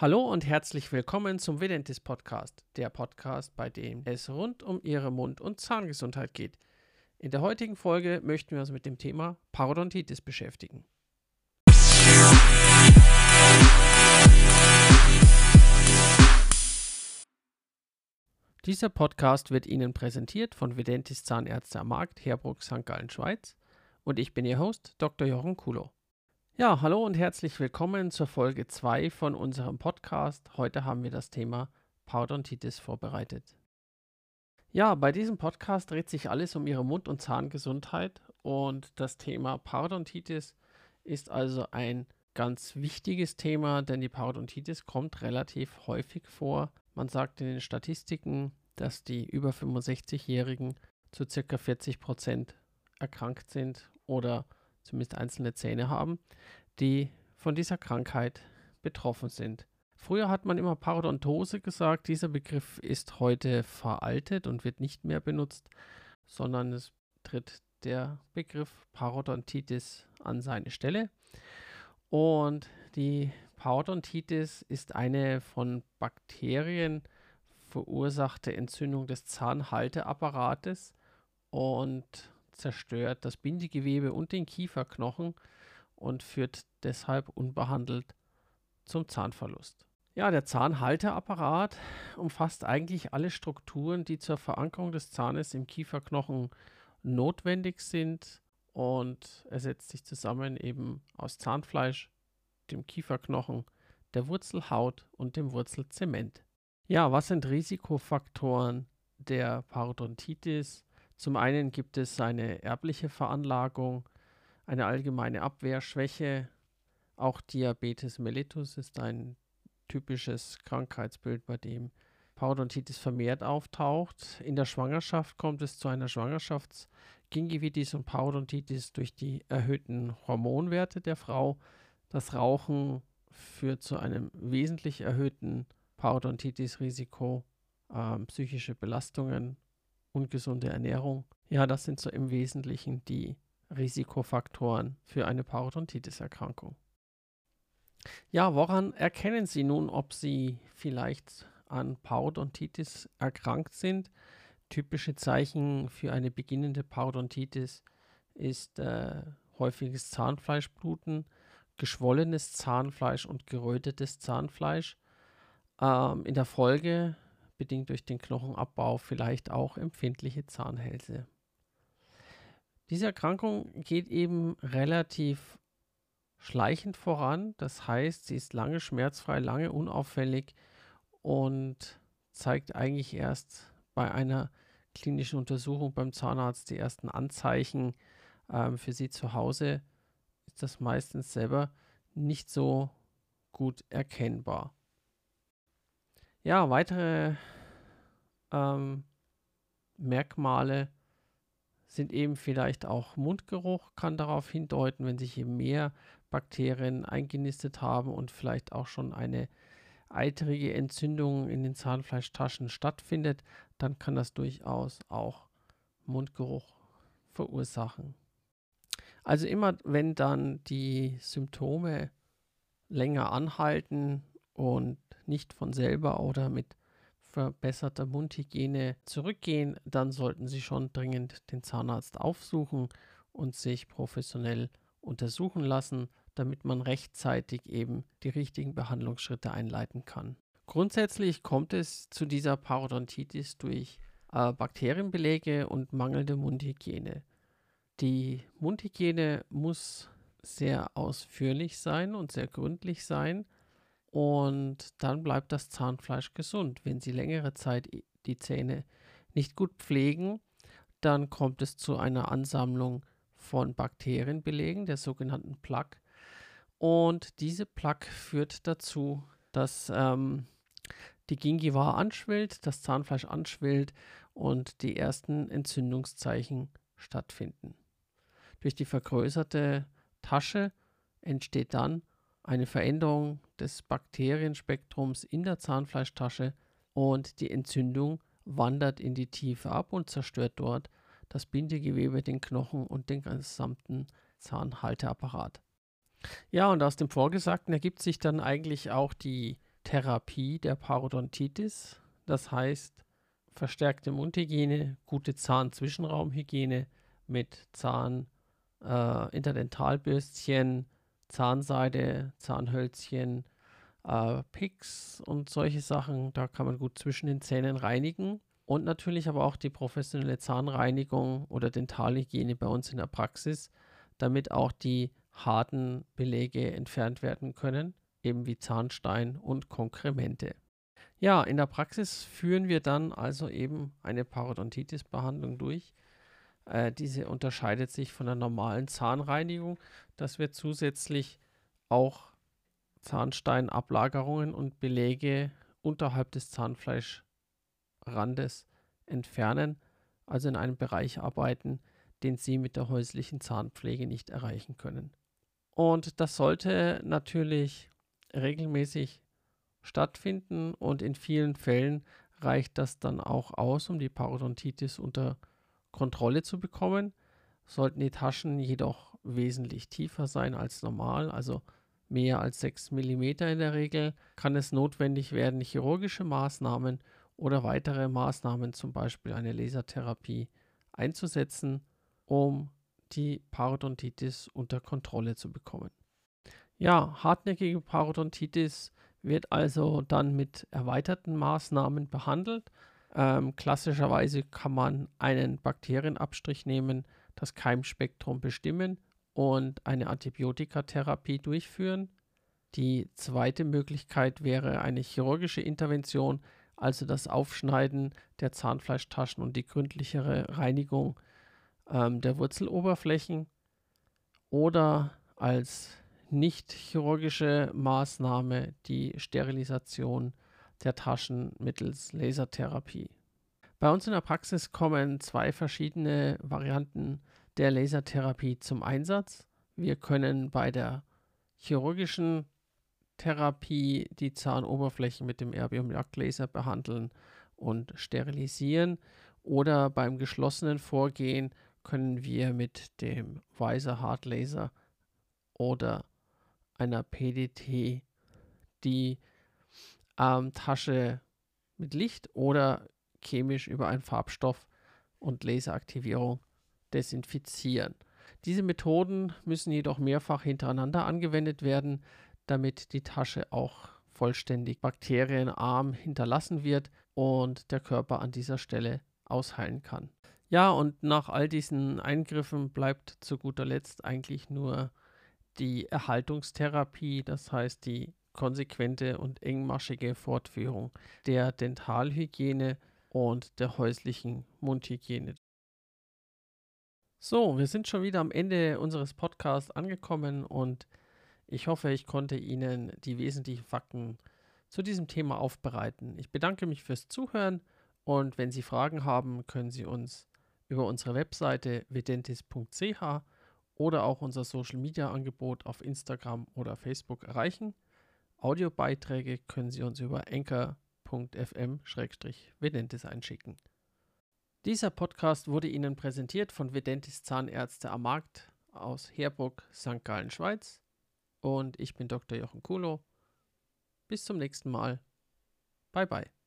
Hallo und herzlich willkommen zum Vedentist Podcast, der Podcast, bei dem es rund um Ihre Mund- und Zahngesundheit geht. In der heutigen Folge möchten wir uns mit dem Thema Parodontitis beschäftigen. Dieser Podcast wird Ihnen präsentiert von Vedentist Zahnärzte am Markt, Heerbrugg, St. Gallen, Schweiz, und ich bin Ihr Host, Dr. Jochen Kulo. Ja, hallo und herzlich willkommen zur Folge 2 von unserem Podcast. Heute haben wir das Thema Parodontitis vorbereitet. Ja, bei diesem Podcast dreht sich alles um Ihre Mund- und Zahngesundheit und das Thema Parodontitis ist also ein ganz wichtiges Thema, denn die Parodontitis kommt relativ häufig vor. Man sagt in den Statistiken, dass die über 65-Jährigen zu ca. 40% erkrankt sind oder zumindest einzelne Zähne haben, die von dieser Krankheit betroffen sind. Früher hat man immer Parodontose gesagt. Dieser Begriff ist heute veraltet und wird nicht mehr benutzt, sondern es tritt der Begriff Parodontitis an seine Stelle. Und die Parodontitis ist eine von Bakterien verursachte Entzündung des Zahnhalteapparates und zerstört das Bindegewebe und den Kieferknochen und führt deshalb unbehandelt zum Zahnverlust. Ja, der Zahnhalteapparat umfasst eigentlich alle Strukturen, die zur Verankerung des Zahnes im Kieferknochen notwendig sind, und er setzt sich zusammen eben aus Zahnfleisch, dem Kieferknochen, der Wurzelhaut und dem Wurzelzement. Ja, was sind Risikofaktoren der Parodontitis? Zum einen gibt es eine erbliche Veranlagung, eine allgemeine Abwehrschwäche. Auch Diabetes mellitus ist ein typisches Krankheitsbild, bei dem Parodontitis vermehrt auftaucht. In der Schwangerschaft kommt es zu einer Schwangerschaftsgingivitis und Parodontitis durch die erhöhten Hormonwerte der Frau. Das Rauchen führt zu einem wesentlich erhöhten Parodontitis-Risiko, psychische Belastungen, ungesunde Ernährung. Ja, das sind so im Wesentlichen die Risikofaktoren für eine Parodontitis-Erkrankung. Ja, woran erkennen Sie nun, ob Sie vielleicht an Parodontitis erkrankt sind? Typische Zeichen für eine beginnende Parodontitis ist häufiges Zahnfleischbluten, geschwollenes Zahnfleisch und gerötetes Zahnfleisch. In der Folge, bedingt durch den Knochenabbau, vielleicht auch empfindliche Zahnhälse. Diese Erkrankung geht eben relativ schleichend voran, das heißt, sie ist lange schmerzfrei, lange unauffällig und zeigt eigentlich erst bei einer klinischen Untersuchung beim Zahnarzt die ersten Anzeichen. Für Sie zu Hause ist das meistens selber nicht so gut erkennbar. Ja, weitere Merkmale sind eben vielleicht auch Mundgeruch, kann darauf hindeuten, wenn sich eben mehr Bakterien eingenistet haben und vielleicht auch schon eine eitrige Entzündung in den Zahnfleischtaschen stattfindet, dann kann das durchaus auch Mundgeruch verursachen. Also immer, wenn dann die Symptome länger anhalten und nicht von selber oder mit verbesserter Mundhygiene zurückgehen, dann sollten Sie schon dringend den Zahnarzt aufsuchen und sich professionell untersuchen lassen, damit man rechtzeitig eben die richtigen Behandlungsschritte einleiten kann. Grundsätzlich kommt es zu dieser Parodontitis durch Bakterienbelege und mangelnde Mundhygiene. Die Mundhygiene muss sehr ausführlich sein und sehr gründlich sein. Und dann bleibt das Zahnfleisch gesund. Wenn Sie längere Zeit die Zähne nicht gut pflegen, dann kommt es zu einer Ansammlung von Bakterienbelegen, der sogenannten Plaque. Und diese Plaque führt dazu, dass die Gingiva anschwillt, das Zahnfleisch anschwillt und die ersten Entzündungszeichen stattfinden. Durch die vergrößerte Tasche entsteht dann eine Veränderung des Bakterienspektrums in der Zahnfleischtasche und die Entzündung wandert in die Tiefe ab und zerstört dort das Bindegewebe, den Knochen und den gesamten Zahnhalteapparat. Ja, und aus dem Vorgesagten ergibt sich dann eigentlich auch die Therapie der Parodontitis, das heißt verstärkte Mundhygiene, gute Zahnzwischenraumhygiene mit Interdentalbürstchen, Zahnseide, Zahnhölzchen, Picks und solche Sachen. Da kann man gut zwischen den Zähnen reinigen. Und natürlich aber auch die professionelle Zahnreinigung oder Dentalhygiene bei uns in der Praxis, damit auch die harten Belege entfernt werden können, eben wie Zahnstein und Konkremente. Ja, in der Praxis führen wir dann also eben eine Parodontitis-Behandlung durch. Diese unterscheidet sich von der normalen Zahnreinigung, dass wir zusätzlich auch Zahnsteinablagerungen und Belege unterhalb des Zahnfleischrandes entfernen, also in einem Bereich arbeiten, den Sie mit der häuslichen Zahnpflege nicht erreichen können. Und das sollte natürlich regelmäßig stattfinden und in vielen Fällen reicht das dann auch aus, um die Parodontitis unter Kontrolle zu bekommen. Sollten die Taschen jedoch wesentlich tiefer sein als normal, also mehr als 6 mm in der Regel, kann es notwendig werden, chirurgische Maßnahmen oder weitere Maßnahmen, zum Beispiel eine Lasertherapie, einzusetzen, um die Parodontitis unter Kontrolle zu bekommen. Ja, hartnäckige Parodontitis wird also dann mit erweiterten Maßnahmen behandelt. Klassischerweise kann man einen Bakterienabstrich nehmen, das Keimspektrum bestimmen und eine Antibiotikatherapie durchführen. Die zweite Möglichkeit wäre eine chirurgische Intervention, also das Aufschneiden der Zahnfleischtaschen und die gründlichere Reinigung der Wurzeloberflächen. Oder als nicht chirurgische Maßnahme die Sterilisation der Taschen mittels Lasertherapie. Bei uns in der Praxis kommen zwei verschiedene Varianten der Lasertherapie zum Einsatz. Wir können bei der chirurgischen Therapie die Zahnoberflächen mit dem Erbium-Lac-Laser behandeln und sterilisieren, oder beim geschlossenen Vorgehen können wir mit dem Weiser Hard Laser oder einer PDT die Tasche mit Licht oder chemisch über einen Farbstoff und Laseraktivierung desinfizieren. Diese Methoden müssen jedoch mehrfach hintereinander angewendet werden, damit die Tasche auch vollständig bakterienarm hinterlassen wird und der Körper an dieser Stelle ausheilen kann. Ja, und nach all diesen Eingriffen bleibt zu guter Letzt eigentlich nur die Erhaltungstherapie, das heißt die konsequente und engmaschige Fortführung der Dentalhygiene und der häuslichen Mundhygiene. So, wir sind schon wieder am Ende unseres Podcasts angekommen und ich hoffe, ich konnte Ihnen die wesentlichen Fakten zu diesem Thema aufbereiten. Ich bedanke mich fürs Zuhören und wenn Sie Fragen haben, können Sie uns über unsere Webseite vedentis.ch oder auch unser Social Media Angebot auf Instagram oder Facebook erreichen. Audiobeiträge können Sie uns über anchor.fm/vedentis einschicken. Dieser Podcast wurde Ihnen präsentiert von Vedentis Zahnärzte am Markt aus Heerbrugg, St. Gallen, Schweiz. Und ich bin Dr. Jochen Kulo. Bis zum nächsten Mal. Bye bye.